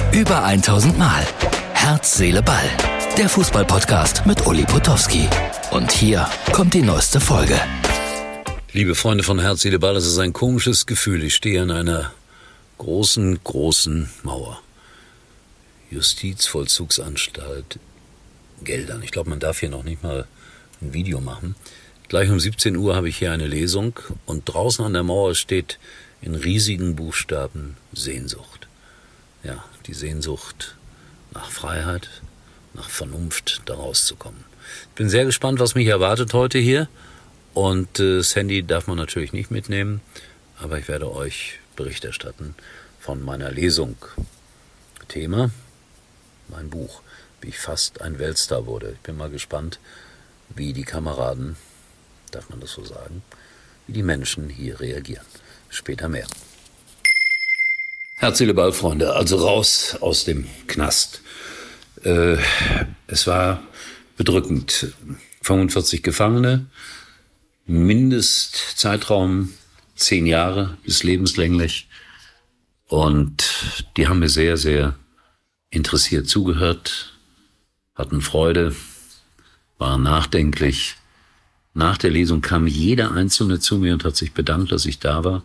Über 1000 Mal. Herz, Seele, Ball. Der Fußball-Podcast mit Uli Potowski. Und hier kommt die neueste Folge. Liebe Freunde von Herz, Seele, Ball, es ist ein komisches Gefühl. Ich stehe an einer großen Mauer. Justizvollzugsanstalt Geldern. Ich glaube, man darf hier noch nicht mal ein Video machen. Gleich um 17 Uhr habe ich hier eine Lesung und draußen an der Mauer steht in riesigen Buchstaben Sehnsucht. Ja, die Sehnsucht nach Freiheit, nach Vernunft, da rauszukommen. Ich bin sehr gespannt, was mich erwartet heute hier. Und das Handy darf man natürlich nicht mitnehmen, aber ich werde euch Bericht erstatten von meiner Lesung. Thema, mein Buch, wie ich fast ein Weltstar wurde. Ich bin mal gespannt, wie die Kameraden, darf man das so sagen, wie die Menschen hier reagieren. Später mehr. Herz, Seele, Ball, Freunde, also raus aus dem Knast. Es war bedrückend. 45 Gefangene, Mindestzeitraum 10 Jahre bis lebenslänglich. Und die haben mir sehr, sehr interessiert zugehört, hatten Freude, waren nachdenklich. Nach der Lesung kam jeder Einzelne zu mir und hat sich bedankt, dass ich da war.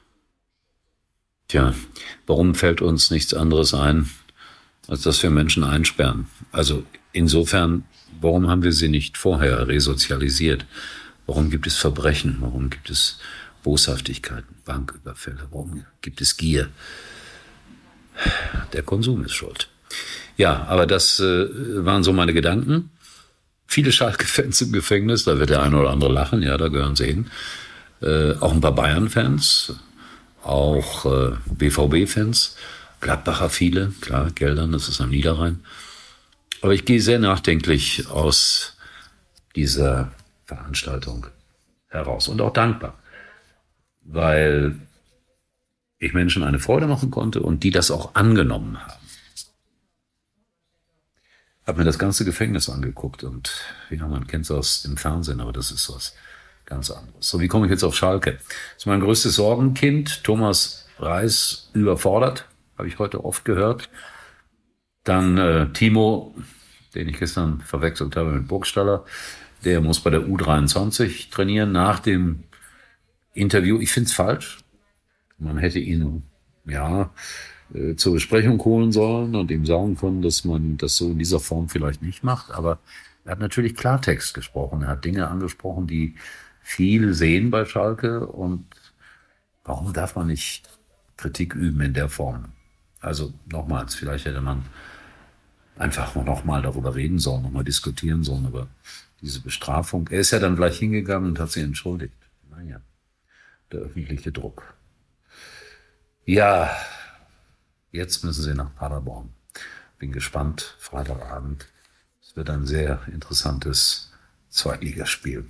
Tja, warum fällt uns nichts anderes ein, als dass wir Menschen einsperren? Also insofern, warum haben wir sie nicht vorher resozialisiert? Warum gibt es Verbrechen? Warum gibt es Boshaftigkeiten, Banküberfälle? Warum gibt es Gier? Der Konsum ist schuld. Ja, aber das waren so meine Gedanken. Viele Schalke-Fans im Gefängnis, da wird der eine oder andere lachen, ja, da gehören sie hin. Auch ein paar Bayern-Fans, auch BVB-Fans, Gladbacher viele, klar, Geldern, das ist am Niederrhein. Aber ich gehe sehr nachdenklich aus dieser Veranstaltung heraus und auch dankbar, weil ich Menschen eine Freude machen konnte und die das auch angenommen haben. Hab mir das ganze Gefängnis angeguckt und ja, man kennt es aus dem Fernsehen, aber das ist was ganz anderes. So, wie komme ich jetzt auf Schalke? Das ist mein größtes Sorgenkind, Thomas Reis, überfordert, habe ich heute oft gehört. Dann Timo, den ich gestern verwechselt habe mit Burgstaller, der muss bei der U23 trainieren nach dem Interview. Ich finde es falsch. Man hätte ihn zur Besprechung holen sollen und ihm sagen können, dass man das so in dieser Form vielleicht nicht macht. Aber er hat natürlich Klartext gesprochen. Er hat Dinge angesprochen, die viel sehen bei Schalke. Und warum darf man nicht Kritik üben in der Form? Also nochmals, vielleicht hätte man einfach nochmal darüber reden sollen, nochmal diskutieren sollen über diese Bestrafung. Er ist ja dann gleich hingegangen und hat sich entschuldigt. Naja, der öffentliche Druck. Ja, jetzt müssen sie nach Paderborn. Bin gespannt, Freitagabend. Es wird ein sehr interessantes Zweitligaspiel.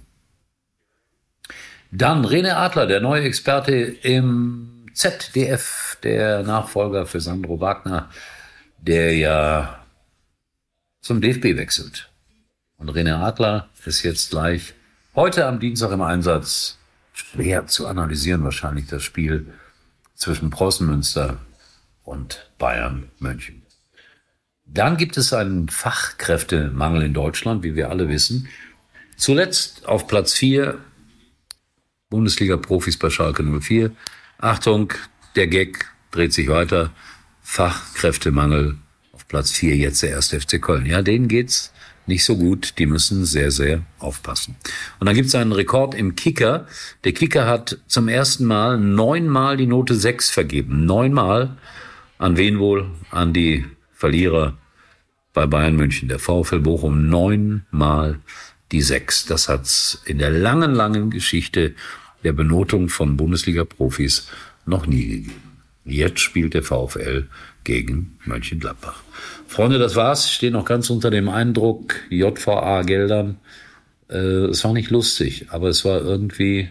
Dann René Adler, der neue Experte im ZDF, der Nachfolger für Sandro Wagner, der ja zum DFB wechselt. Und René Adler ist jetzt gleich heute am Dienstag im Einsatz. Schwer zu analysieren wahrscheinlich das Spiel zwischen Preußen Münster und Bayern München. Dann gibt es einen Fachkräftemangel in Deutschland, wie wir alle wissen. Zuletzt auf Platz 4 Bundesliga-Profis bei Schalke 04. Achtung, der Gag dreht sich weiter. Fachkräftemangel auf Platz 4, jetzt der 1. FC Köln. Ja, denen geht's nicht so gut. Die müssen sehr, sehr aufpassen. Und dann gibt es einen Rekord im Kicker. Der Kicker hat zum ersten Mal 9-mal die Note 6 vergeben. 9-mal. An wen wohl? An die Verlierer bei Bayern München. Der VfL Bochum 9-mal die 6. Das hat's in der langen Geschichte der Benotung von Bundesliga-Profis noch nie gegeben. Jetzt spielt der VfL gegen Mönchengladbach. Freunde, das war's. Ich stehe noch ganz unter dem Eindruck. JVA Geldern. Es war nicht lustig, aber es war irgendwie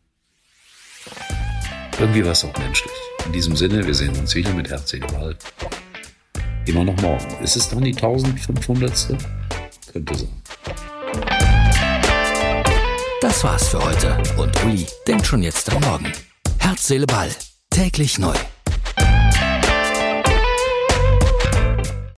was auch menschlich. In diesem Sinne, wir sehen uns wieder mit Herz, Seele, Ball. Immer noch morgen. Ist es dann die 1500. Könnte sein. Das war's für heute. Und Uli denkt schon jetzt am Morgen. Herz, Seele, Ball. Täglich neu.